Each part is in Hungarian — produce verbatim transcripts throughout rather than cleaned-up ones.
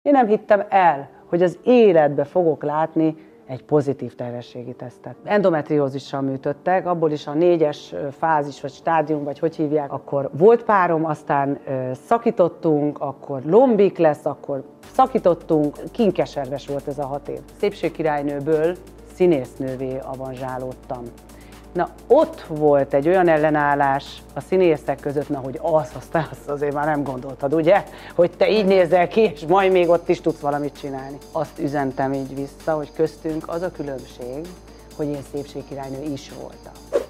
Én nem hittem el, hogy az életbe fogok látni egy pozitív terhességi tesztet. Endometriózissal műtöttek, abból is a négyes fázis, vagy stádium, vagy hogy hívják, akkor volt párom, aztán ö, szakítottunk, akkor lombik lesz, akkor szakítottunk, kinkeserves volt ez a hat év. Szépségkirálynőből színésznővé avanzsálódtam. Na, ott volt egy olyan ellenállás a színészek között, na, hogy az, aztán azt azért már nem gondoltad, ugye? Hogy te így nézel ki, és majd még ott is tudsz valamit csinálni. Azt üzentem így vissza, hogy köztünk az a különbség, hogy én szépségkirálynő is voltam.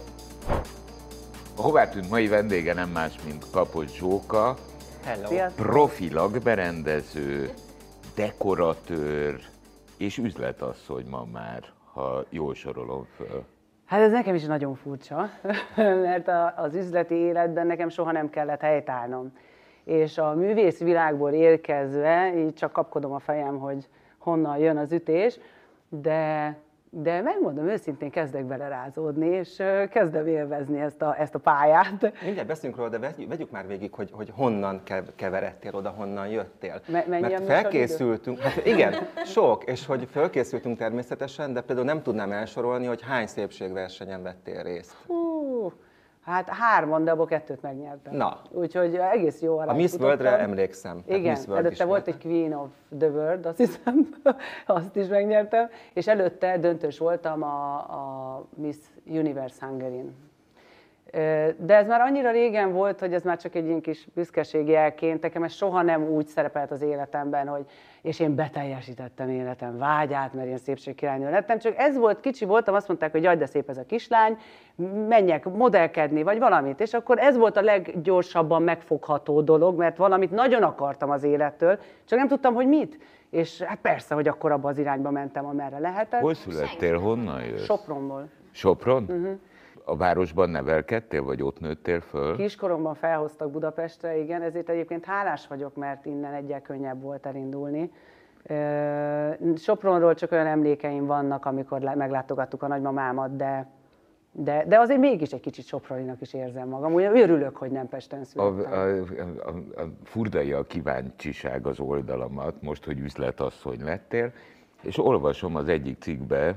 A hová tűnt mai vendége nem más, mint Kapocs Zsóka, Hello. profi lakberendező, dekoratőr és üzletasszony ma már, ha jól sorolom föl. Hát ez nekem is nagyon furcsa, mert az üzleti életben nekem soha nem kellett helytállnom. És a művész világból érkezve, így csak kapkodom a fejem, hogy honnan jön az ütés, de, de megmondom őszintén, kezdek belerázódni, és kezdem élvezni ezt a, ezt a pályát. Mindjárt beszélünk róla, de vegyük már végig, hogy, hogy honnan keveredtél oda, honnan jöttél. Me- Mert felkészültünk, hát igen, sok, és hogy felkészültünk természetesen, de például nem tudnám elsorolni, hogy hány szépségversenyen vettél részt. Hú, hát hárman, de abból kettőt megnyertem. Na. Úgyhogy egész jó arányt A Miss Worldre emlékszem. Igen, előtte volt egy Queen of the World, azt hiszem, azt is megnyertem, és előtte döntős voltam a, a Miss Universe Hungary-n. De ez már annyira régen volt, hogy ez már csak egy ilyen kis büszkeségjelként, nekem ez soha nem úgy szerepelt az életemben, hogy és én beteljesítettem életem vágyát, mert én szépségkirálynő lettem, csak ez volt, kicsi voltam, azt mondták, hogy jaj, de szép ez a kislány, menjek modellkedni, vagy valamit, és akkor ez volt a leggyorsabban megfogható dolog, mert valamit nagyon akartam az élettől, csak nem tudtam, hogy mit. És hát persze, hogy akkor abba az irányba mentem, amerre lehetett. Hol születtél, honnan jössz? Sopronból. Sopron? Uh-huh. A városban nevelkedtél, vagy ott nőttél föl? Kiskoromban felhoztak Budapestre, igen, ezért egyébként hálás vagyok, mert innen egyel könnyebb volt elindulni. Sopronról csak olyan emlékeim vannak, amikor meglátogattuk a nagymamámat, de, de, de azért mégis egy kicsit soproninak is érzem magam. Úgy örülök, hogy nem Pesten születtem. A, a, a, a furdalja a kíváncsiság az oldalamat, most, hogy üzletasszony lettél, és olvasom az egyik cikkbe,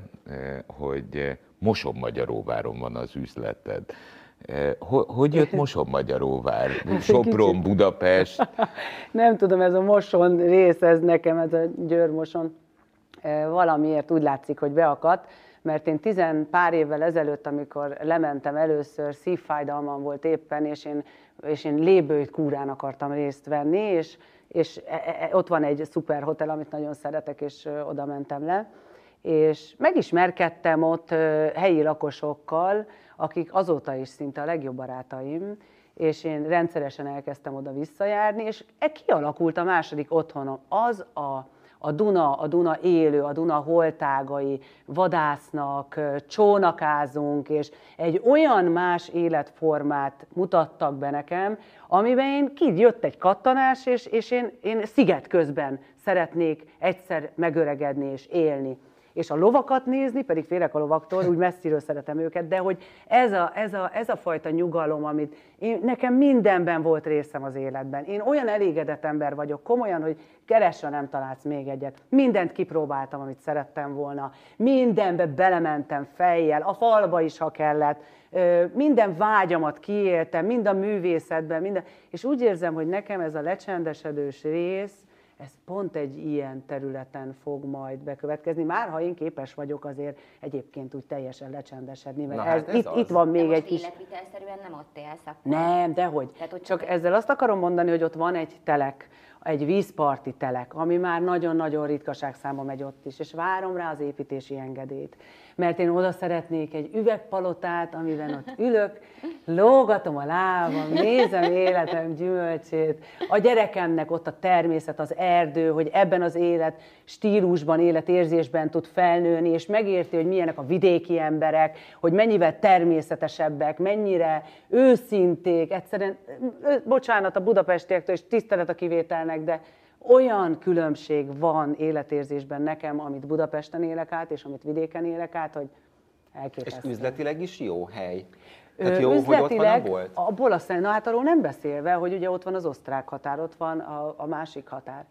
hogy Mosonmagyaróváron van az üzleted. Hogy jött Mosonmagyaróvár? Sopron, Budapest? Nem tudom, ez a Moson rész, ez nekem, ez a Győr-Moson valamiért úgy látszik, hogy beakadt, mert én tizen pár évvel ezelőtt, amikor lementem először, szívfájdalmam volt éppen, és én, és én lébőjt kúrán akartam részt venni, és, és ott van egy szuper hotel, amit nagyon szeretek, és oda mentem le. És megismerkedtem ott helyi lakosokkal, akik azóta is szinte a legjobb barátaim, és én rendszeresen elkezdtem oda visszajárni, és kialakult a második otthonom. Az a, a Duna, a Duna élő, a Duna holtágai, vadásznak, csónakázunk, és egy olyan más életformát mutattak be nekem, amiben én kijött egy kattanás, és, és én, én sziget közben szeretnék egyszer megöregedni és élni. És a lovakat nézni, pedig félek a lovaktól, úgy messziről szeretem őket, de hogy ez a, ez a, ez a fajta nyugalom, amit én, nekem mindenben volt részem az életben. Én olyan elégedett ember vagyok, komolyan, hogy keresve nem találsz még egyet. Mindent kipróbáltam, amit szerettem volna. Mindenbe belementem fejjel, a falba is, ha kellett. Minden vágyamat kiéltem, mind a művészetben, minden. És úgy érzem, hogy nekem ez a lecsendesedős rész, ez pont egy ilyen területen fog majd bekövetkezni, már ha én képes vagyok azért egyébként úgy teljesen lecsendesedni, mert Na, ez, hát ez itt, az. itt van még de egy most kis... életvitelszerűen nem ott élsz akkor. Nem, dehogy. Tehát, hogy csak csak ezzel azt akarom mondani, hogy ott van egy telek, egy vízparti telek, ami már nagyon-nagyon ritkaság száma megy ott is, és várom rá az építési engedélyt. Mert én oda szeretnék egy üvegpalotát, amiben ott ülök, lógatom a lábam, nézem életem gyümölcsét, a gyerekemnek ott a természet, az erdő, hogy ebben az élet stílusban, életérzésben tud felnőni, és megérti, hogy milyenek a vidéki emberek, hogy mennyivel természetesebbek, mennyire őszinték, egyszerűen, bocsánat a budapestiektől, és tisztelet a kivételnek, de olyan különbség van életérzésben nekem, amit Budapesten élek át, és amit vidéken élek át, hogy elképesztő. És üzletileg is jó hely? Tehát jó, hogy ott van a bolt? Abból aztán, na hát arról nem beszélve, hogy ugye ott van az osztrák határ, ott van a, a másik határ.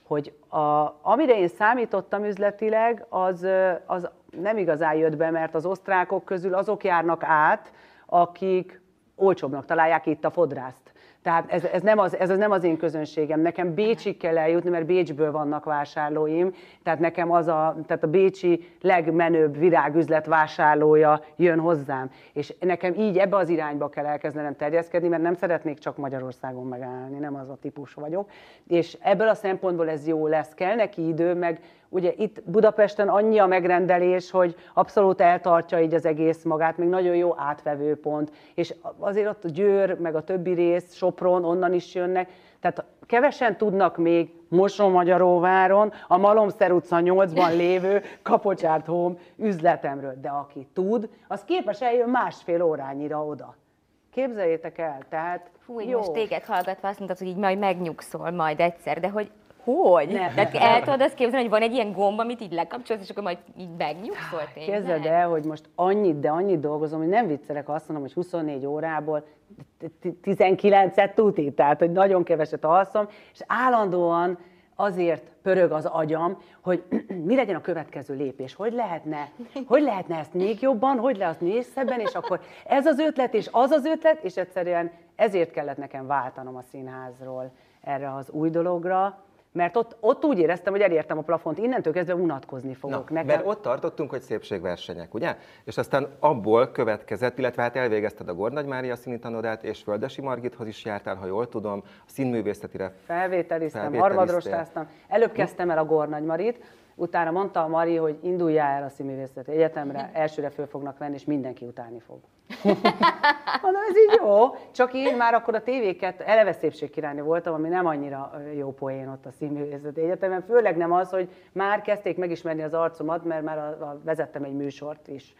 hogy a, amire én számítottam üzletileg, az, az nem igazán jött be, mert az osztrákok közül azok járnak át, akik olcsóbbnak találják itt a fodrászt. Tehát ez, ez, nem az, ez az nem az én közönségem. Nekem Bécsig kell eljutni, mert Bécsből vannak vásárlóim. Tehát nekem az a, tehát a bécsi legmenőbb virágüzlet vásárlója jön hozzám. És nekem így ebbe az irányba kell elkezdenem terjeszkedni, mert nem szeretnék csak Magyarországon megállni, nem az a típus vagyok. És ebből a szempontból ez jó lesz. Kell neki idő, meg ugye itt Budapesten annyi a megrendelés, hogy abszolút eltartja így az egész magát, még nagyon jó átvevőpont, és azért ott a Győr, meg a többi rész, Sopron, onnan is jönnek, tehát kevesen tudnak még Mosonmagyaróváron a Malomszer utca nyolcban lévő Kapocsárt Home üzletemről, de aki tud, az képes eljön másfél órányira oda. Képzeljétek el, tehát Hú, így jó. most téged hallgatva azt mondtad, hogy így majd megnyugszol majd egyszer, de hogy hogy? Nem. Tehát el tudod azt képzelni, hogy van egy ilyen gomb, amit így lekapcsolsz, és akkor majd így megnyugszol tényleg? Képzeld el, hogy most annyit, de annyit dolgozom, hogy nem viccelek, ha azt mondom, hogy huszonnégy órából tizenkilencet tuti, tehát hogy nagyon keveset alszom, és állandóan azért pörög az agyam, hogy mi legyen a következő lépés, hogy lehetne, hogy lehetne ezt még jobban, hogy lehetne még szebben, és akkor ez az ötlet, és az az ötlet, és egyszerűen ezért kellett nekem váltanom a színházról erre az új dologra, mert ott, ott úgy éreztem, hogy elértem a plafont, innentől kezdve unatkozni fogok. Na, nekem. mert ott tartottunk, hogy szépségversenyek, ugye? És aztán abból következett, illetve hát elvégezted a Gornagy Mária színitanodát, és Földesi Margithoz is jártál, ha jól tudom, a színművészetire felvételiztem, harmadrostáztam. Előbb kezdtem el a Gornagy Marit, utána mondta a Mari, hogy induljál el a Színművészeti Egyetemre, elsőre föl fognak venni, és mindenki utálni fog. Mondom, ez így jó, csak én már akkor a tévéket eleve szépségkirálynő voltam, ami nem annyira jó poén ott a Színművészeti Egyetemen, főleg nem az, hogy már kezdték megismerni az arcomat, mert már a, a, vezettem egy műsort is.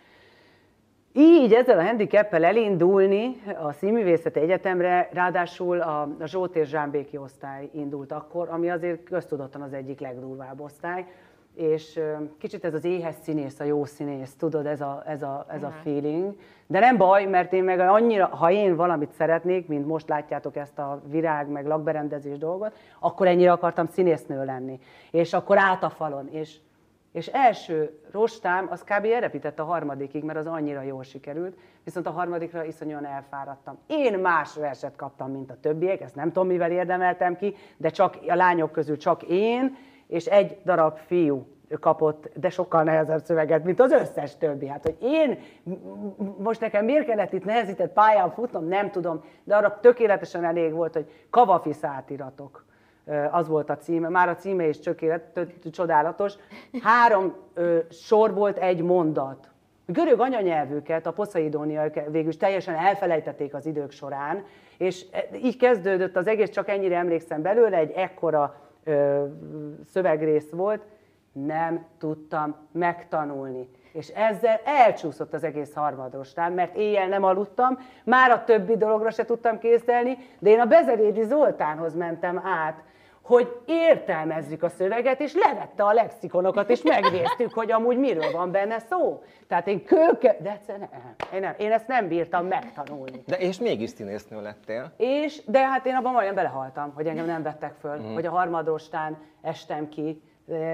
Így ezzel a handicappel elindulni a Színművészeti Egyetemre, ráadásul a, a Zsolt és Zsámbéki osztály indult akkor, ami azért köztudottan az egyik legdurvább osztály, és kicsit ez az éhes színész, a jó színész, tudod, ez a, ez a, ez a feeling. De nem baj, mert én meg annyira, ha én valamit szeretnék, mint most látjátok ezt a virág, meg lakberendezés dolgot, akkor ennyire akartam színésznő lenni. És akkor át a falon. És, és első rostám, az kb. Elrepített a harmadikig, mert az annyira jól sikerült, viszont a harmadikra iszonyúan elfáradtam. Én más verset kaptam, mint a többiek, ezt nem tudom, mivel érdemeltem ki, de csak a lányok közül csak én, és egy darab fiú kapott, de sokkal nehezebb szöveget, mint az összes többi. Hát, hogy én, most nekem miért kellett itt nehezített pályán futnom, nem tudom, de arra tökéletesen elég volt, hogy Kavafi szátiratok. Az volt a címe, már a címe is csodálatos. Három ö, sor volt egy mondat. A görög anyanyelvüket, a poszeidóniaiak végül is teljesen elfelejtették az idők során, és így kezdődött az egész, csak ennyire emlékszem belőle, egy ekkora ö, szövegrész volt, nem tudtam megtanulni. És ezzel elcsúszott az egész harmadrostán, mert éjjel nem aludtam, már a többi dologra se tudtam készülni, de én a Bezerédi Zoltánhoz mentem át, hogy értelmezzük a szöveget, és levette a lexikonokat, és megnéztük, hogy amúgy miről van benne szó. Tehát én kőke... De egyszerűen nem. Én, nem. Én ezt nem bírtam megtanulni. De és mégis színésznő lettél. És, de hát én abban majdnem belehaltam, hogy engem nem vettek föl, mm. hogy a harmadrostán estem ki.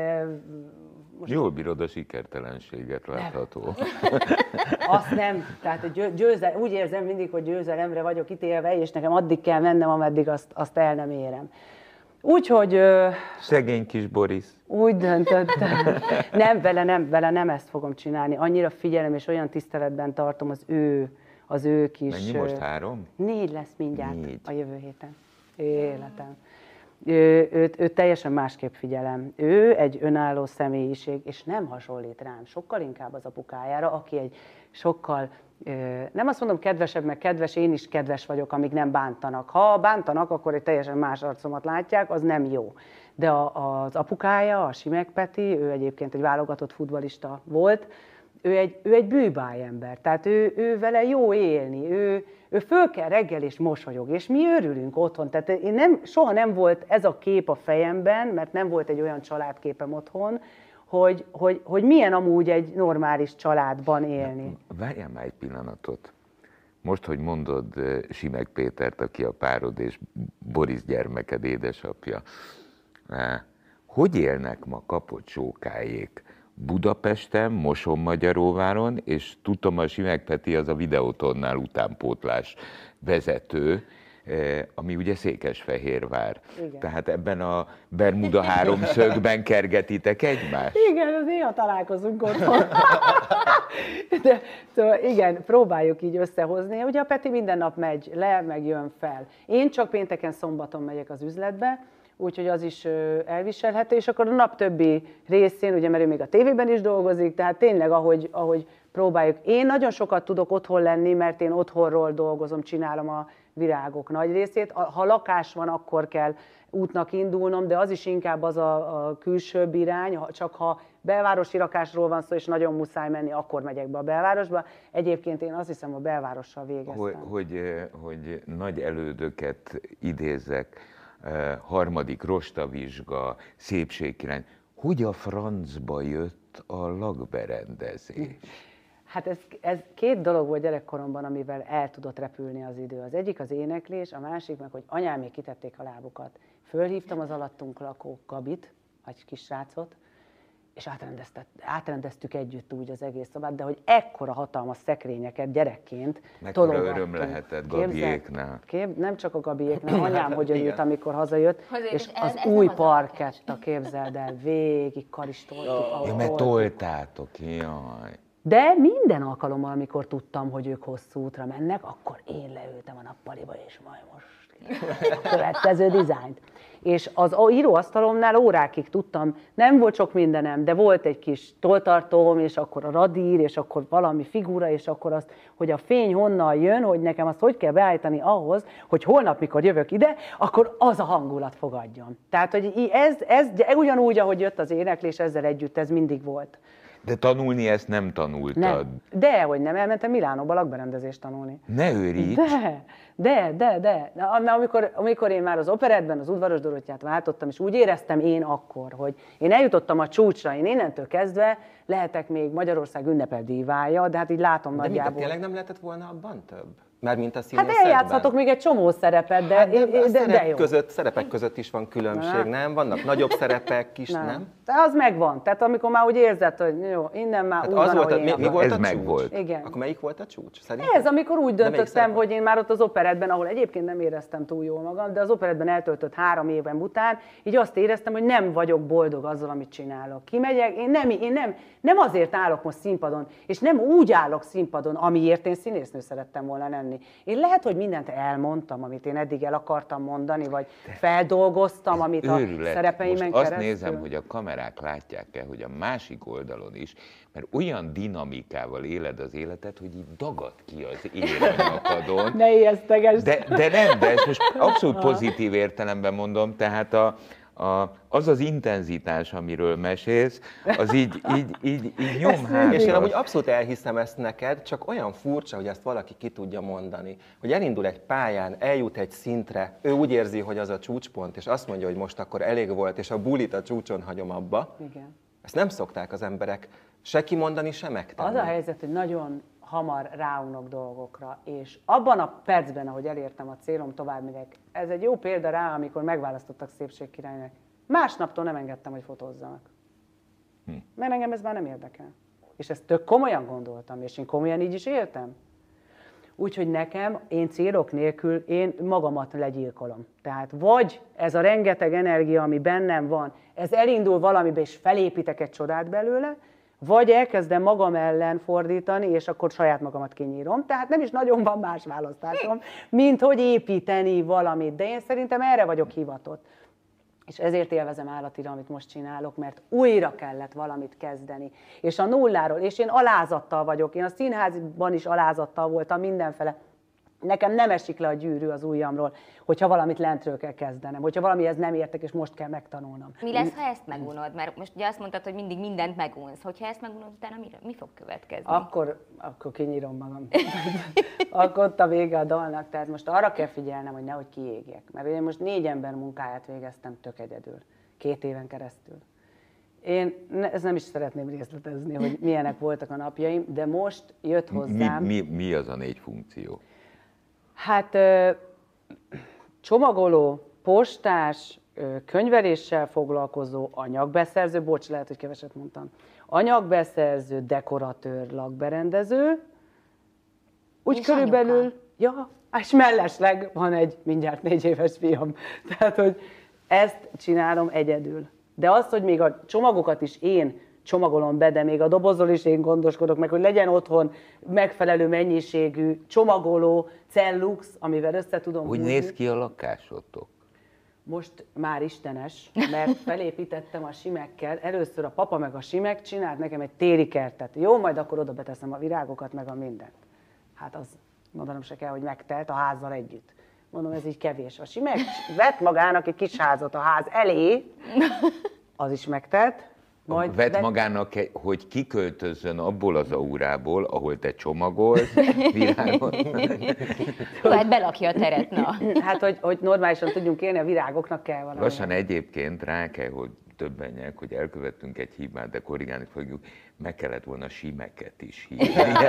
Most jól bírod a sikertelenséget, látható. Azt nem. Tehát a győzel, úgy érzem mindig, hogy győzelemre vagyok ítélve, és nekem addig kell mennem, ameddig azt, azt el nem érem. Úgyhogy... Szegény kis Boris. Úgy döntöttem. Nem, vele nem, vele nem ezt fogom csinálni. Annyira figyelem, és olyan tiszteletben tartom az ő, az ő kis... Mennyi most, három? Négy lesz mindjárt Négy. A jövő héten. Életem. Ő, őt, őt teljesen másképp figyelem. Ő egy önálló személyiség, és nem hasonlít rám. Sokkal inkább az apukájára, aki egy sokkal... Nem azt mondom kedvesebb, meg kedves, én is kedves vagyok, amíg nem bántanak. Ha bántanak, akkor egy teljesen más arcomat látják, az nem jó. De a, az apukája, a Simek Peti, ő egyébként egy válogatott futballista volt, ő egy, ő egy bűbájember, tehát ő, ő vele jó élni, ő, ő föl kell reggel és mosolyog, és mi örülünk otthon. Tehát én nem, soha nem volt ez a kép a fejemben, mert nem volt egy olyan családképem otthon, Hogy, hogy, hogy milyen amúgy egy normális családban élni. Várjál már egy pillanatot. Most, hogy mondod Simek Pétert, aki a párod és Boris gyermeked édesapja, hogy élnek ma Kapocsókáék Budapesten, Mosonmagyaróváron, és tudom, a Simek Peti az a Videótonnál utánpótlás vezető, ami ugye Székesfehérvár. Igen. Tehát ebben a Bermuda háromszögben kergetitek egymást? Igen, az néha találkozunk otthon. De, szóval igen, próbáljuk így összehozni. Ugye a Peti minden nap megy le, meg jön fel. Én csak pénteken, szombaton megyek az üzletbe, úgyhogy az is elviselhető, és akkor a nap többi részén, ugye, mert ő még a tévében is dolgozik, tehát tényleg, ahogy, ahogy próbáljuk. Én nagyon sokat tudok otthon lenni, mert én otthonról dolgozom, csinálom a virágok nagy részét. Ha lakás van, akkor kell útnak indulnom, de az is inkább az a, a külsőbb irány, csak ha belvárosi rakásról van szó, és nagyon muszáj menni, akkor megyek be a belvárosba. Egyébként én azt hiszem, a belvárossal végeztem. Hogy, hogy, hogy nagy elődöket idézek, harmadik rostavizsga, szépségkirály. Hogy a francba jött a lakberendezés? Hát ez, ez két dolog volt gyerekkoromban, amivel el tudott repülni az idő. Az egyik az éneklés, a másik meg, hogy anyámék kitették a lábukat. Fölhívtam az alattunk lakó Gabit, egy kis srácot, és átrendeztük együtt úgy az egész szobát, de hogy ekkora hatalmas szekrényeket gyerekként mekkora öröm lehetett Gabiéknál. Kép, nem csak a Gabiéknál, anyám hogyan jött, amikor hazajött, Azért és ez, az ez új az parketta, képzeld el, végig karistoltuk. Ja, mert toltátok, jaj. De minden alkalommal, amikor tudtam, hogy ők hosszú útra mennek, akkor én leültem a nappaliba, és majd most a következő dizájnt. És az íróasztalomnál órákig tudtam, nem volt sok mindenem, de volt egy kis toltartóm, és akkor a radír, és akkor valami figura, és akkor azt, hogy a fény honnan jön, hogy nekem azt hogy kell beállítani ahhoz, hogy holnap, mikor jövök ide, akkor az a hangulat fogadjon. Tehát, hogy ez, ez ugyanúgy, ahogy jött az éneklés, ezzel együtt ez mindig volt. De tanulni ezt nem tanultad? Nem. De, hogy nem, elmentem Milánóba lakberendezést tanulni. Ne őríts! De, de, de, de. Na, amikor, amikor én már az operettben az Udvaros Dorottyát váltottam, és úgy éreztem én akkor, hogy én eljutottam a csúcsra, én innentől kezdve lehetek még Magyarország ünnepelt dívája, de hát így látom de nagyjából. De tényleg nem lehetett volna abban több? Mármint a színészetben? Hát eljátszhatok még egy csomó szerepet, de, hát de, de, de, de jó. Között, szerepek között is van különbség, Na, nem? Vannak nagyobb szerepek is, nem? nem? De az megvan. Tehát amikor már úgy érzed, hogy jó, innen már hát úgy az van, volt a, ahogy mi, én mi volt Ez a meg csúcs? volt. Igen. Akkor melyik volt a csúcs? Szerintem? Ez, amikor úgy döntöttem, szerep? hogy én már ott az operettben, ahol egyébként nem éreztem túl jól magam, de az operettben eltöltött három éven után, így azt éreztem, hogy nem vagyok boldog azzal, amit csinálok. Kimegyek, én nem, én nem, nem azért állok most színpadon, és nem úgy állok színpadon, amiért én színésznő szerettem volna lenni. Én lehet, hogy mindent elmondtam, amit én eddig el akartam mondani, vagy feldolgoztam, amit a Őrület. szerepeimen Most azt keresztül. nézem, hogy a kamerák látják-e, hogy a másik oldalon is, mert olyan dinamikával éled az életet, hogy így dagad ki az élőnyakadon. Ne ijesztegesd! De, de nem, de ezt most abszolút pozitív értelemben mondom, tehát a, a, az az intenzitás, amiről mesélsz, az így, így, így, így nyom hátra. És én amúgy abszolút elhiszem ezt neked, csak olyan furcsa, hogy ezt valaki ki tudja mondani. Hogy elindul egy pályán, eljut egy szintre, ő úgy érzi, hogy az a csúcspont, és azt mondja, hogy most akkor elég volt, és a bulit a csúcson hagyom abba. Igen. Ezt nem szokták az emberek se kimondani, se megtenni. Az a helyzet, hogy nagyon hamar ráunok dolgokra, és abban a percben, ahogy elértem a célom, tovább megyek. Ez egy jó példa rá, amikor megválasztottak szépségkirálynak. Másnaptól nem engedtem, hogy fotózzanak. Hm. Mert engem ez már nem érdekel. És ezt tök komolyan gondoltam, és én komolyan így is éltem. Úgyhogy nekem, én célok nélkül, én magamat legyilkolom. Tehát vagy ez a rengeteg energia, ami bennem van, ez elindul valamibe, és felépítek egy csodát belőle, vagy elkezdem magam ellen fordítani, és akkor saját magamat kinyírom. Tehát nem is nagyon van más választásom, mint hogy építeni valamit. De én szerintem erre vagyok hivatott. És ezért élvezem állatira, amit most csinálok, mert újra kellett valamit kezdeni. És a nulláról, és én alázattal vagyok, én a színházban is alázattal voltam mindenfele. Nekem nem esik le a gyűrű az ujjamról, hogyha valamit lentről kell kezdenem, hogyha valamihez nem értek, és most kell megtanulnom. Mi lesz, ha ezt megunod? Mert most ugye azt mondtad, hogy mindig mindent megunsz. Hogyha ezt megunod, utána mi, mi fog következni? Akkor, akkor kinyírom magam. Akkor ott a vége a dalnak. Tehát most arra kell figyelnem, hogy nehogy kiégjek. Mert én most négy ember munkáját végeztem tök egyedül. Két éven keresztül. Én ne, ezt nem is szeretném részletezni, hogy milyenek voltak a napjaim, de most jött hozzám... Mi, mi, mi az a négy funkció? Hát csomagoló, postás, könyveléssel foglalkozó, anyagbeszerző, bocs, lehet, hogy keveset mondtam, anyagbeszerző, dekoratőr, lakberendező, úgy És körülbelül, anyuka. ja, és mellesleg van egy mindjárt négy éves fiam. Tehát, hogy ezt csinálom egyedül. De azt, hogy még a csomagokat is én csomagolom be, de még a dobozról is én gondoskodok meg, hogy legyen otthon megfelelő mennyiségű csomagoló, cellux, amivel össze tudom Hogy húzni. néz ki a lakásotok? Most már istenes, mert felépítettem a simekkel. Először a papa meg a simek csinált nekem egy téli kertet. Jó, majd akkor oda beteszem a virágokat, meg a mindent. Hát az, mondanom se kell, hogy megtelt a házzal együtt. Mondom, ez így kevés. A simek vett magának egy kis házat a ház elé, az is megtelt. Majd vett be... magának, egy, hogy kiköltözzön abból az aurából, ahol te csomagolsz virágot. Jó, hát belakja a teret, na. Hát, hogy, hogy normálisan tudjunk élni, a virágoknak kell valami. Lassan egyébként rá kell, hogy döbbenjek, hogy elkövettünk egy hibát, de korrigálni fogjuk, meg kellett volna simeket is hívni.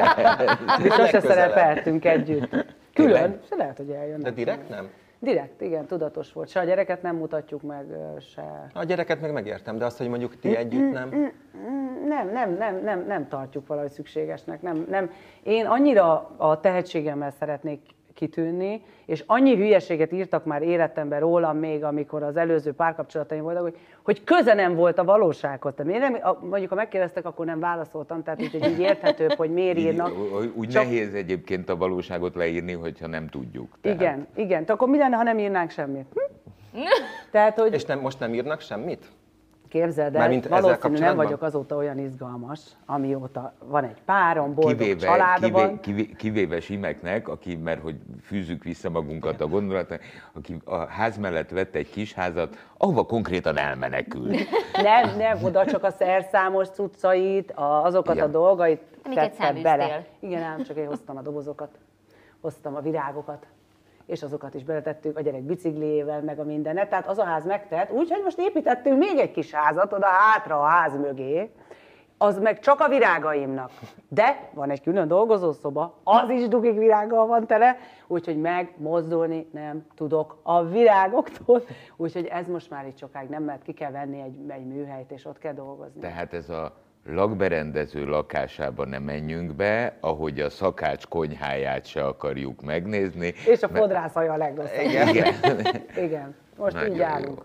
És sose szerepeltünk együtt. Külön, se lehet, hogy eljönnek. De direkt nem? Direkt, igen, tudatos volt. Se a gyereket nem mutatjuk meg, se... A gyereket meg megértem, de azt, hogy mondjuk ti együtt nem? Nem, nem, nem, nem, nem tartjuk valahogy szükségesnek. Nem, nem. Én annyira a tehetségemmel szeretnék kitűnni, és annyi hülyeséget írtak már életemben rólam még, amikor az előző párkapcsolataim voltak, hogy, hogy köze nem volt a valósághoz. Tehát én nem, mondjuk, ha megkérdeztek, akkor nem válaszoltam, tehát így, így érthetőbb, hogy miért írnak. Úgy Csak... nehéz egyébként a valóságot leírni, hogyha nem tudjuk. Tehát... Igen, igen. Tehát akkor mi lenne, ha nem írnánk semmit? Hm? Tehát, hogy... És nem, most nem írnak semmit? Képzeld el, valószínű nem vagyok azóta olyan izgalmas, amióta van egy párom, boldog kivéve, családban. Kivéve, kivéve Simeknek, aki, mert hogy fűzzük vissza magunkat a gondolatnak, aki a ház mellett vett egy kis házat, ahova konkrétan elmenekült. Nem, nem, oda csak a szerszámos cuccait, a, azokat Igen. a dolgait Amiket tettem bele. száműztél. Igen, ám csak én hoztam a dobozokat, hoztam a virágokat, és azokat is beletettük a gyerek bicikliével, meg a mindenet. Tehát az a ház megtelt, úgyhogy most építettünk még egy kis házat oda hátra a ház mögé, az meg csak a virágaimnak. De van egy külön dolgozószoba, az is dugig virággal van tele, úgyhogy megmozdulni nem tudok a virágoktól. Úgyhogy ez most már itt sokáig nem, mert ki kell venni egy, egy műhelyt, és ott kell dolgozni. Tehát ez a lakberendező lakásába nem menjünk be, ahogy a szakács konyháját se akarjuk megnézni. És a fodrászhaja a legrosszabb. Igen. Igen. Igen. Most Nagyon így állunk.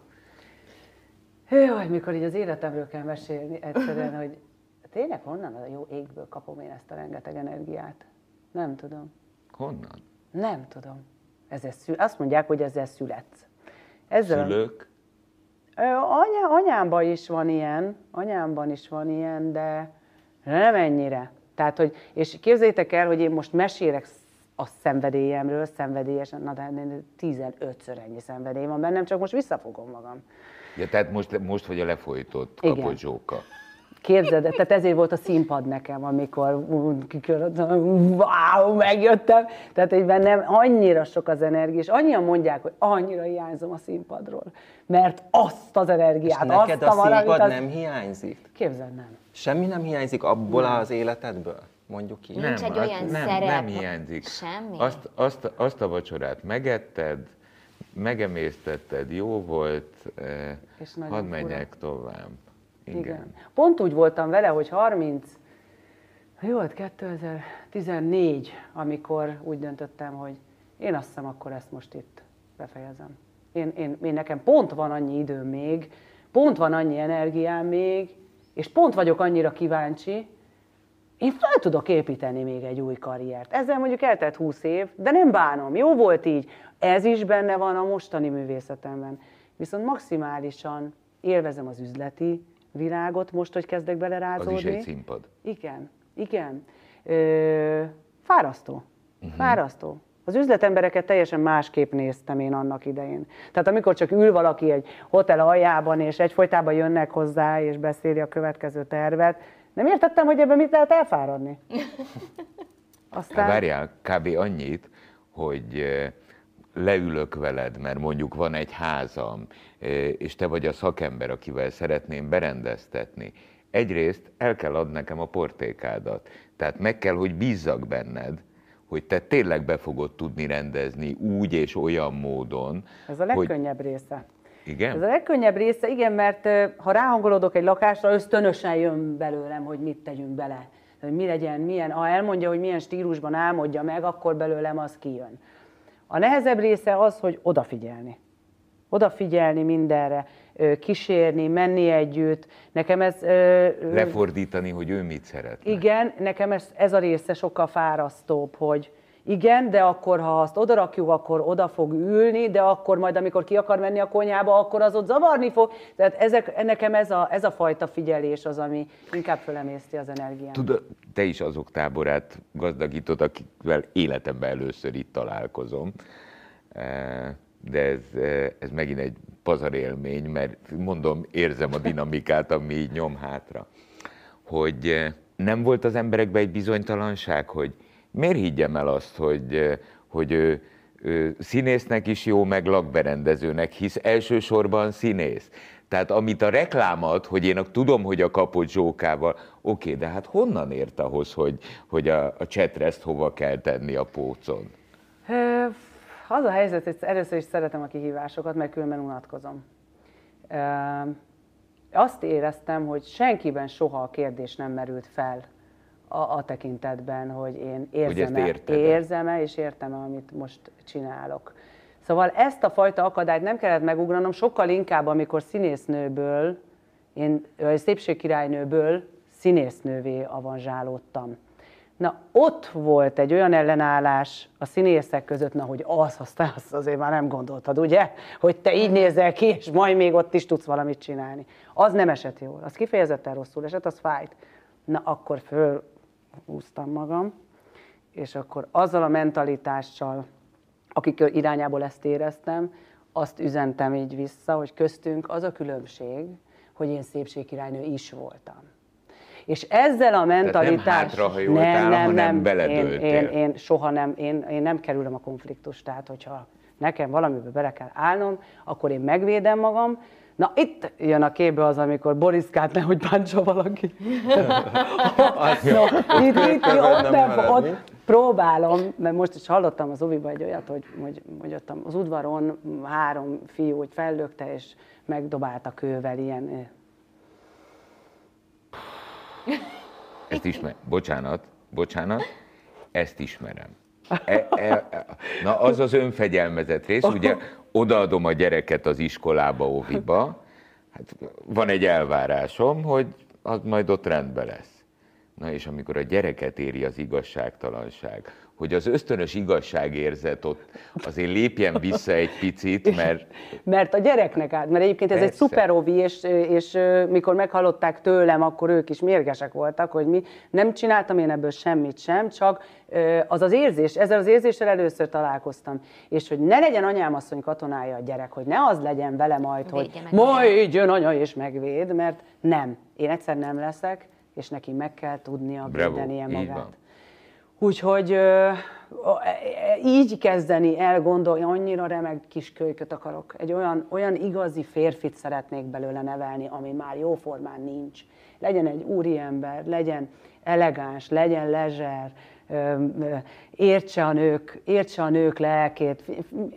Jaj, mikor így az életemről kell mesélni egyszerűen, hogy tényleg honnan a jó égből kapom én ezt a rengeteg energiát? Nem tudom. Honnan? Nem tudom. Ezzel szül... Azt mondják, hogy ezzel születsz. Ezzel Szülők? A... Anya, anyámban is van ilyen, anyámban is van ilyen, de nem ennyire. Tehát, hogy, és képzeljétek el, hogy én most mesélek a szenvedélyemről, szenvedélyesen, na de tizenötször ennyi szenvedély van bennem, csak most visszafogom magam. Ja, tehát most, most vagy a lefolytott Igen. kapocsóka. Képzeld, tehát ezért volt a színpad nekem, amikor wow, megjöttem. Tehát, hogy bennem annyira sok az energia, és annyian mondják, hogy annyira hiányzom a színpadról. Mert azt az energiát, és neked azt a, a színpad az... nem hiányzik? Képzeld, nem. Semmi nem hiányzik abból nem. az életedből? Mondjuk így. Nincs Nem, egy azt- olyan nem, szerep, nem hiányzik. semmi? Azt, azt, azt a vacsorát megetted, megemésztetted, jó volt, eh, És nagyon hadd fura. menjek tovább. Igen. Igen. Pont úgy voltam vele, hogy harminc, jó volt kétezer-tizennégy, amikor úgy döntöttem, hogy én azt hiszem, akkor ezt most itt befejezem. Én, én, én nekem pont van annyi időm még, pont van annyi energiám még, és pont vagyok annyira kíváncsi, én fel tudok építeni még egy új karriert. Ezzel mondjuk eltelt húsz év, de nem bánom, jó volt így. Ez is benne van a mostani művészetemben. Viszont maximálisan élvezem az üzleti világot, most, hogy kezdek belerázódni. Az is egy színpad. Igen, igen. Ö, fárasztó. Uh-huh. Fárasztó. Az üzletembereket teljesen másképp néztem én annak idején. Tehát amikor csak ül valaki egy hotel aljában, és egyfolytában jönnek hozzá, és beszéli a következő tervet, nem értettem, hogy ebben mit lehet elfáradni. Aztán... Várjál, kb. Annyit, hogy eh, leülök veled, mert mondjuk van egy házam, eh, és te vagy a szakember, akivel szeretném berendeztetni. Egyrészt el kell adni nekem a portékádat. Tehát meg kell, hogy bízzak benned, hogy te tényleg be fogod tudni rendezni úgy és olyan módon. Ez a legkönnyebb hogy... része. Igen? Ez a legkönnyebb része, igen, mert ha ráhangolódok egy lakásra, ösztönösen jön belőlem, hogy mit tegyünk bele. Hogy mi legyen, milyen, ha elmondja, hogy milyen stílusban álmodja meg, akkor belőlem az kijön. A nehezebb része az, hogy odafigyelni. Odafigyelni mindenre, kísérni, menni együtt. Nekem ez... Lefordítani, hogy ő mit szeretne. Igen, nekem ez, ez a része sokkal fárasztóbb, hogy igen, de akkor, ha azt odarakjuk, akkor oda fog ülni, de akkor majd, amikor ki akar menni a konyhába, akkor az ott zavarni fog. Tehát ezek, nekem ez a, ez a fajta figyelés az, ami inkább fölemészti az energiát. Tudod, te is azok táborát gazdagítod, akikvel életemben először itt találkozom. De ez, ez megint egy pazarélmény, mert mondom, érzem a dinamikát, ami így nyom hátra. Hogy nem volt az emberekben egy bizonytalanság, hogy miért higgyem el azt, hogy, hogy ő, ő színésznek is jó, meg lakberendezőnek, hisz elsősorban színész. Tehát amit a reklám ad, hogy én tudom, hogy a kapott zsókával, oké, de hát honnan ért ahhoz, hogy, hogy a, a csetreszt hova kell tenni a pócon? Az a helyzet, hogy először is szeretem a kihívásokat, mert különben unatkozom. Azt éreztem, hogy senkiben soha a kérdés nem merült fel a, a tekintetben, hogy én érzem-e, érzem-e és értem-e, amit most csinálok. Szóval ezt a fajta akadályt nem kellett megugranom, sokkal inkább, amikor színésznőből, én szépségkirálynőből színésznővé avanzsálódtam. Na, ott volt egy olyan ellenállás a színészek között, na, hogy az, azt, azt azért már nem gondoltad, ugye? Hogy te így nézel ki, és majd még ott is tudsz valamit csinálni. Az nem esett jól, az kifejezetten rosszul esett, az fájt. Na, akkor fölhúztam magam, és akkor azzal a mentalitással, akik irányából ezt éreztem, azt üzentem így vissza, hogy köztünk az a különbség, hogy én szépségkirálynő is voltam. És ezzel a mentalitással... nem nem, nem, hanem beledőltél. Én, én, én soha nem, én, én nem kerülöm a konfliktust, tehát hogyha nekem valamibe bele kell állnom, akkor én megvédem magam. Na, itt jön a képbe az, amikor Boriszkát nehogy bántsa valaki. no, itt, itt, ott, nem, ott próbálom, mert most is hallottam az Oviba egy olyat, hogy, hogy, hogy ott az udvaron három fiú hogy fellökte, és megdobálta kővel ilyen... Ezt ismerem. Bocsánat, bocsánat, ezt ismerem. E, e, na, az az önfegyelmezett rész, ugye odaadom a gyereket az iskolába, óviba, hát van egy elvárásom, hogy az majd ott rendben lesz. Na és amikor a gyereket éri az igazságtalanság, hogy az ösztönös igazságérzet ott azért lépjen vissza egy picit, mert... Mert a gyereknek át, mert egyébként ez Persze. egy szuper ovi, és, és mikor meghallották tőlem, akkor ők is mérgesek voltak, hogy mi nem csináltam én ebből semmit sem, csak az az érzés, ezzel az érzéssel először találkoztam. És hogy ne legyen anyám asszony katonája a gyerek, hogy ne az legyen vele majd, Védje hogy majd jön anya és megvéd, mert nem. Én egyszer nem leszek, és neki meg kell tudnia védenie magát. Úgyhogy így kezdeni elgondolni, annyira remek kis kölyköt akarok. Egy olyan, olyan igazi férfit szeretnék belőle nevelni, ami már jóformán nincs. Legyen egy úriember, legyen elegáns, legyen lezser, értse a nők, értse a nők lelkét.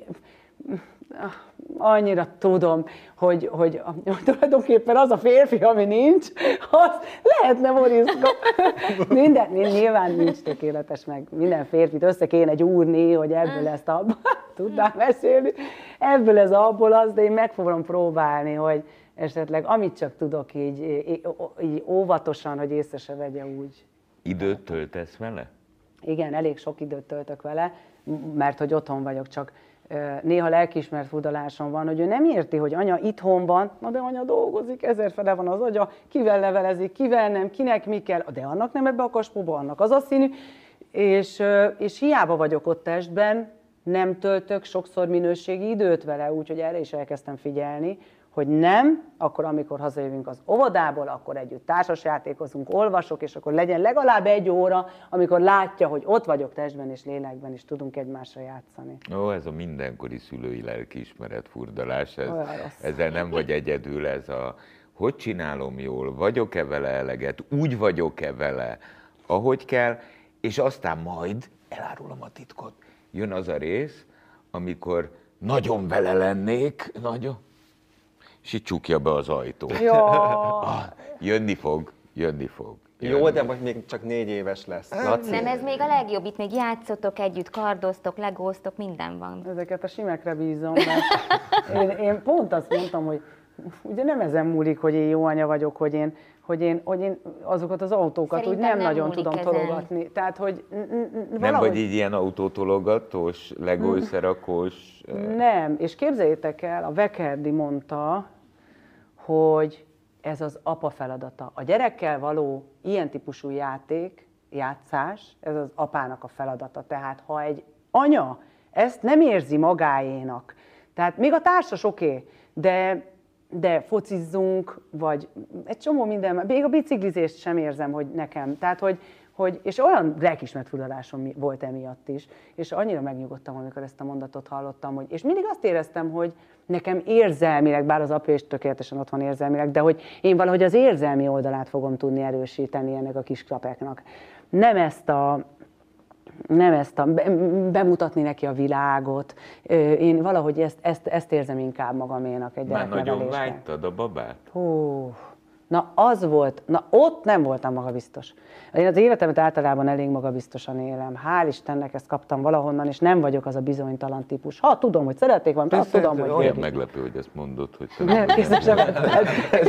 Annyira tudom, hogy, hogy tulajdonképpen az a férfi, ami nincs, az lehetne Boriszka. Minden, nyilván nincs tökéletes, meg minden férfit össze kéne gyúrni, hogy ebből ezt abból tudnám mesélni. Ebből ez abból az, de én meg fogom próbálni, hogy esetleg amit csak tudok így, így óvatosan, hogy észre se vegye úgy. Időt töltesz vele? Igen, elég sok időt töltök vele, mert hogy otthon vagyok, csak néha lelkiismert furdalásom van, hogy ő nem érti, hogy anya itthon van, na de anya dolgozik, ezerfele van az agya, kivel levelezik, kivel nem, kinek mi kell, de annak nem ebbe a kaspóba, annak az a színű, és, és hiába vagyok ott testben, nem töltök sokszor minőségi időt vele, úgyhogy erre is elkezdtem figyelni, hogy nem, akkor amikor hazajövünk az óvodából, akkor együtt társasjátékozunk, olvasok, és akkor legyen legalább egy óra, amikor látja, hogy ott vagyok testben és lélekben, és tudunk egymásra játszani. Ó, ez a mindenkori szülői lelkiismeret furdalás, ez, ezzel nem vagy egyedül, ez a hogy csinálom jól, vagyok-e vele eleget, úgy vagyok-e vele, ahogy kell, és aztán majd, elárulom a titkot, jön az a rész, amikor nagyon vele lennék, nagyon, és így csukja be az ajtót. Jó. Ah, jönni fog, jönni fog. Jönni. Jó, de most még csak négy éves lesz. Laci. Nem, ez még a legjobb, itt még játszotok együtt, kardoztok, legóztok, minden van. Ezeket a simekre bízom, mert én, én pont azt mondtam, hogy ugye nem ezen múlik, hogy én jó anya vagyok, hogy én, hogy én, hogy én azokat az autókat Szerintem úgy nem, nem nagyon múlik tudom ezen. tologatni. Tehát, hogy n- n- Nem valahogy... vagy így ilyen autótologatós, Lego összerakós? Nem, és képzeljétek el, a Vekerdi mondta, hogy ez az apa feladata. A gyerekkel való ilyen típusú játék, játszás, ez az apának a feladata. Tehát ha egy anya ezt nem érzi magáénak, tehát még a társas oké, okay, de, de focizzunk, vagy egy csomó minden, még a biciklizést sem érzem, hogy nekem. Tehát, hogy, hogy és olyan lelkismertfurdalásom volt emiatt is, és annyira megnyugodtam, amikor ezt a mondatot hallottam, hogy, és mindig azt éreztem, hogy nekem érzelmileg, bár az apja is tökéletesen ott van érzelmileg, de hogy én valahogy az érzelmi oldalát fogom tudni erősíteni ennek a kis klapeknak. Nem ezt a, nem ezt a, bemutatni neki a világot, én valahogy ezt, ezt, ezt érzem inkább magaménak egy Már nagyon gyereknevelésben. vágytad a babát? Hú, na az volt, na ott nem voltam magabiztos. Én az életemet általában elég magabiztosan élem. Hál' Istennek ezt kaptam valahonnan, és nem vagyok az a bizonytalan típus. Ha tudom, hogy szerették valamit, azt tudom, hogy olyan végig. meglepő, hogy ezt mondod, hogy te Nem, kézzel sem vettem.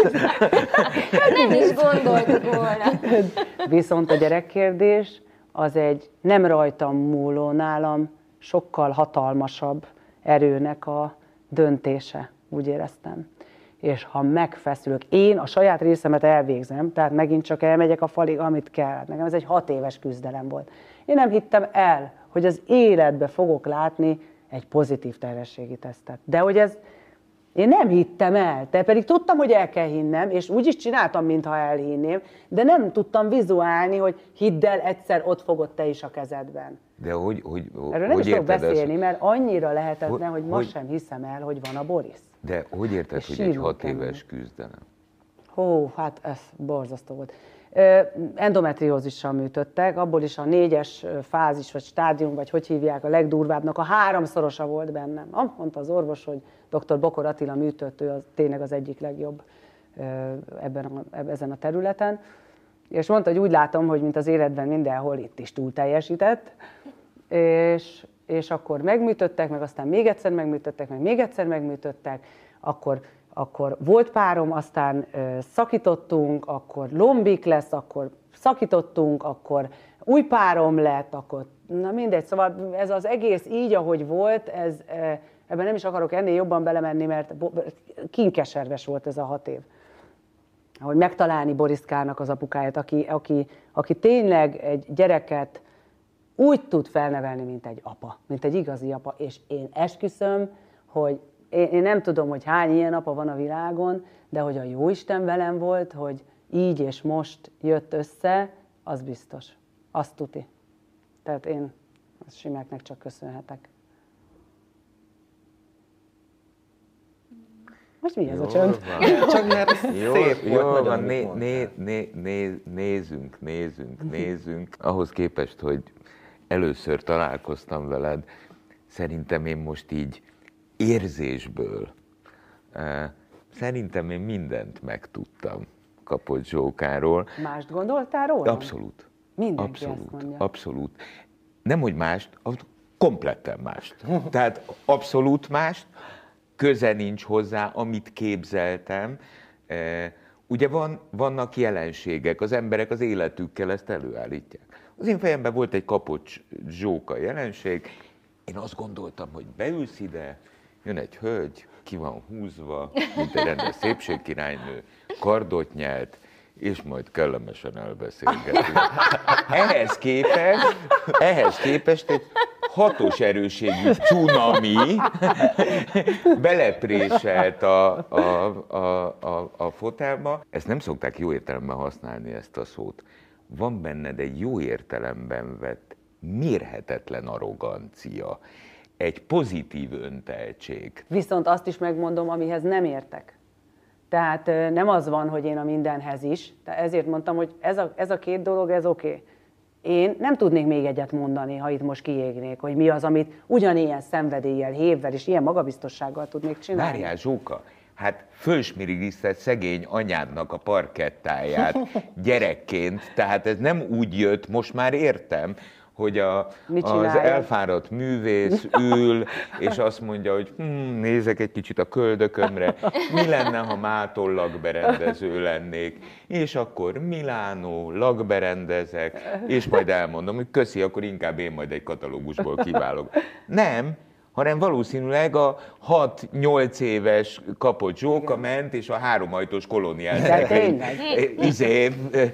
Nem is gondoltuk volna. Viszont a gyerekkérdés az egy nem rajtam múló, nálam sokkal hatalmasabb erőnek a döntése, úgy éreztem. És ha megfeszülök, én a saját részemet elvégzem, tehát megint csak elmegyek a falig, amit kell. Nekem ez egy hat éves küzdelem volt. Én nem hittem el, hogy az életbe fogok látni egy pozitív terhességi tesztet. De hogy ez, én nem hittem el, de pedig tudtam, hogy el kell hinnem, és úgy is csináltam, mintha elhinném, de nem tudtam vizuálni, hogy hidd el, egyszer ott fogod te is a kezedben. De hogy, hogy, Erről nem hogy is tudok beszélni, ezt? mert annyira lehetetlen, hogy, Hogy- ma hogy- sem hiszem el, hogy van a Boris. De hogy érted, És hogy egy sírunk hat kellene. éves küzdelem? Hó, hát ez borzasztó volt. Ö, Endometriózissal műtöttek, abból is a négyes fázis, vagy stádium, vagy hogy hívják, a legdurvábbnak a háromszorosa volt bennem. Ah, mondta az orvos, hogy doktor Bokor Attila műtött, ő az, tényleg az egyik legjobb ö, ebben a, ezen a területen. És mondta, hogy úgy látom, hogy mint az életben mindenhol itt is túl teljesített, és, és akkor megműtöttek, meg aztán még egyszer megműtöttek, meg még egyszer megműtöttek, akkor, akkor volt párom, aztán ö, szakítottunk, akkor lombik lesz, akkor szakítottunk, akkor új párom lett, akkor na mindegy, szóval ez az egész így, ahogy volt, ez, ö, ebben nem is akarok ennél jobban belemenni, mert bo- kínkeserves volt ez a hat év. Hogy megtalálni Boriszkának az apukáját, aki, aki, aki tényleg egy gyereket úgy tud felnevelni, mint egy apa, mint egy igazi apa, és én esküszöm, hogy én, én nem tudom, hogy hány ilyen apa van a világon, de hogy a Jóisten velem volt, hogy így és most jött össze, az biztos. Azt tuti. Tehát én a Simáknak csak köszönhetek. Most mi ez a csönd? Csak mert Jó, szép jó volt, nagyon, van, amit né, mondtál. né, né, né, nézzünk, nézzünk, nézzünk. Ahhoz képest, hogy először találkoztam veled, szerintem én most így érzésből, eh, szerintem én mindent megtudtam Kapott Zsókáról. Mást gondoltál róla? Abszolút. Mindenki abszolút, ezt mondja. abszolút. Nem, hogy mást, az kompletten mást. Tehát abszolút mást, köze nincs hozzá, amit képzeltem. Eh, Ugye van, vannak jelenségek, az emberek az életükkel ezt előállítják. Az én fejemben volt egy Kapott Zsóka jelenség, én azt gondoltam, hogy beülsz ide, jön egy hölgy, ki van húzva, mint egy rendes szépségkirálynő, kardot nyelt, és majd kellemesen elbeszélgetünk. Ehhez képest, ehhez képest egy hatos erőségű cunami belepréselt a, a, a, a, a fotelba. Ezt nem szokták jó értelemben használni, ezt a szót. Van benned egy jó értelemben vett, mérhetetlen arrogancia, egy pozitív önteltség. Viszont azt is megmondom, amihez nem értek. Tehát ö, nem az van, hogy én a mindenhez is. Tehát ezért mondtam, hogy ez a, ez a két dolog, ez oké. Okay. Én nem tudnék még egyet mondani, ha itt most kiégnék, hogy mi az, amit ugyanilyen szenvedéllyel, hévvel és ilyen magabiztossággal tudnék csinálni. Várjál, Zsóka, hát fölsmirigizted szegény anyádnak a parkettáját gyerekként, tehát ez nem úgy jött, most már értem, hogy a, az elfáradt művész ül, és azt mondja, hogy hm, nézek egy kicsit a köldökömre, mi lenne, ha Mától lakberendező lennék, és akkor Milánó, lakberendezek, és majd elmondom, hogy köszi, akkor inkább én majd egy katalógusból kiválok. Nem, hanem valószínűleg a hat-nyolc éves kapott zsóka ment, és a háromajtós kolóniát. Izé,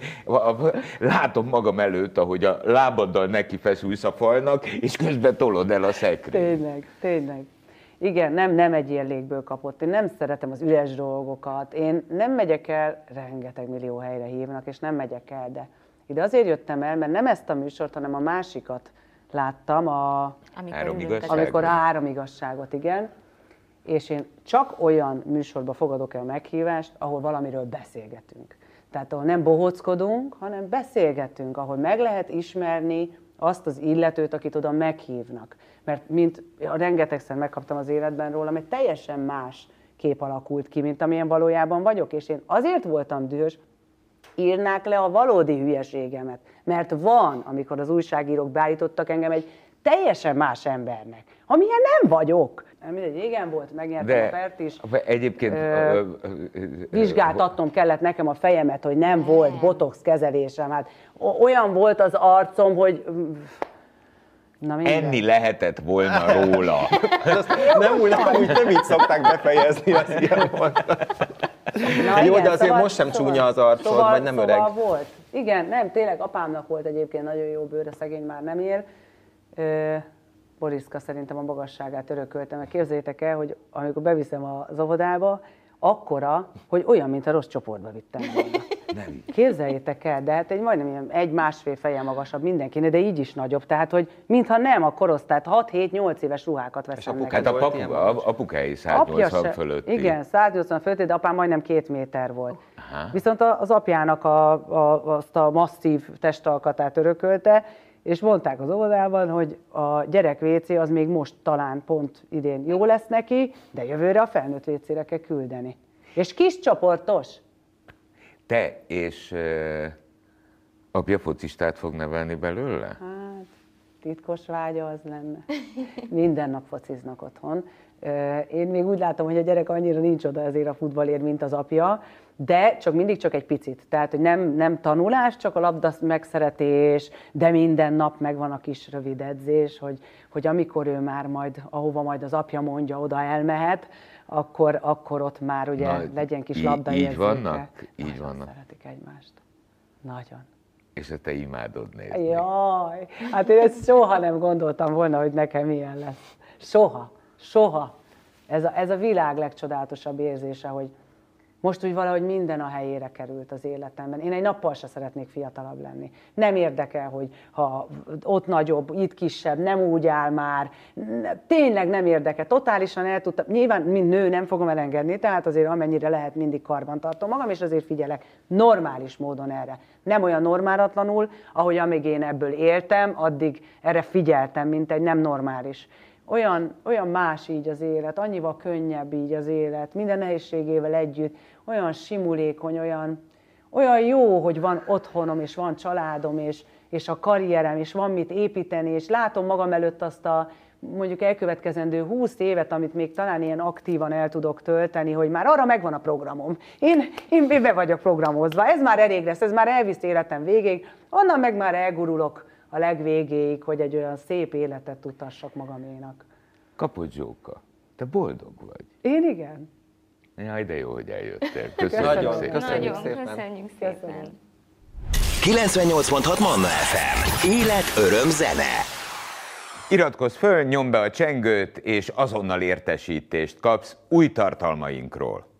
látom magam előtt, ahogy a lábaddal neki feszülsz a falnak, és közben tolod el a szekrényt. Tényleg, tényleg. Igen, nem, nem egy ilyen légből kapott. Én nem szeretem az üres dolgokat. Én nem megyek el, rengeteg millió helyre hívnak, és nem megyek el, de ide azért jöttem el, mert nem ezt a műsort, hanem a másikat láttam, a, amikor, három igazságot. amikor a három igazságot, igen. És én csak olyan műsorba fogadok el meghívást, ahol valamiről beszélgetünk. Tehát ahol nem bohóckodunk, hanem beszélgetünk, ahol meg lehet ismerni azt az illetőt, akit oda meghívnak. Mert mint rengetegszer megkaptam az életben rólam, egy teljesen más kép alakult ki, mint amilyen valójában vagyok. És én azért voltam dühös, írnák le a valódi hülyeségemet. Mert van, amikor az újságírók beállítottak engem egy teljesen más embernek, amilyen nem vagyok. Mindegy, igen volt, megnyertem de a pert is. Egyébként Ö, vizsgáltatnom kellett nekem a fejemet, hogy nem volt botox kezelésem. Hát olyan volt az arcom, hogy... Na, enni lehetett volna róla. nem, úgy, nem, úgy nem így szokták befejezni az ilyen mondatot. Na, jó, igen, de azért szóval, most sem szóval, csúnya az arcod, szóval, vagy nem öreg. Szóval volt. Igen, nem, tényleg apámnak volt egyébként nagyon jó bőre, szegény már nem él. Ö, Boriszka szerintem a magasságát örökölte, mert képzeljétek el, hogy amikor beviszem az óvodába, akkora, hogy olyan, mint a rossz csoportba vittem volna. Nem. Képzeljétek el, de hát egy majdnem ilyen egy-másfél feje magasabb mindenkinek, de így is nagyobb. Tehát, hogy mintha nem a korosztályt, hat-hét-nyolc éves ruhákat veszem neki. Hát a papu, apukái száznyolcvan fölötti. Igen, száznyolcvan fölötti, de apám majdnem két méter volt. Aha. Viszont az apjának a, a, azt a masszív testalkatát örökölte, és mondták az óvodában, hogy a gyerek vécé az még most talán pont idén jó lesz neki, de jövőre a felnőtt vécére kell küldeni. És kis csoportos. Te és uh, apja focistát fog nevelni belőle? Hát, titkos vágya az lenne. Minden nap fociznak otthon. Én még úgy látom, hogy a gyerek annyira nincs oda ezért a futballért, mint az apja, de csak mindig csak egy picit. Tehát, hogy nem, nem tanulás, csak a labda megszeretés, de minden nap megvan a kis rövid edzés, hogy, hogy amikor ő már majd, ahova majd az apja mondja, oda elmehet, akkor, akkor ott már ugye Na, legyen kis labdaérzéke. Így vannak? Így Nagyon vannak. szeretik egymást. Nagyon. És te imádod nézni. Jaj, hát én ezt soha nem gondoltam volna, hogy nekem ilyen lesz. Soha, soha. Ez a, ez a világ legcsodálatosabb érzése, hogy most úgy valahogy minden a helyére került az életemben. Én egy nappal se szeretnék fiatalabb lenni. Nem érdekel, hogy ha ott nagyobb, itt kisebb, nem úgy áll már. Tényleg nem érdekel. Totálisan el tudtam. Nyilván, mint nő nem fogom elengedni, tehát azért amennyire lehet mindig karban tartom magam, és azért figyelek normális módon erre. Nem olyan normálatlanul, ahogy amíg én ebből éltem, addig erre figyeltem, mint egy nem normális. Olyan, olyan más így az élet, annyival könnyebb így az élet, minden nehézségével együtt, olyan simulékony, olyan, olyan jó, hogy van otthonom, és van családom, és, és a karrierem, és van mit építeni, és látom magam előtt azt a mondjuk elkövetkezendő húsz évet, amit még talán ilyen aktívan el tudok tölteni, hogy már arra megvan a programom. Én, én be vagyok programozva, ez már elég lesz, ez már elvisz életem végéig, onnan meg már elgurulok a legvégéig, hogy egy olyan szép életet tudhassak magaménak. Kapott Zsóka, te boldog vagy? Én igen. Jaj, de jó, hogy eljöttél. Köszönjük Nagyon, szépen. köszönjük Nagyon, szépen. köszönjük szépen. kilencvennyolc pont hat Manna ef em. Élet, öröm, zene. Iratkozz föl, nyomd be a csengőt, és azonnal értesítést kapsz új tartalmainkról.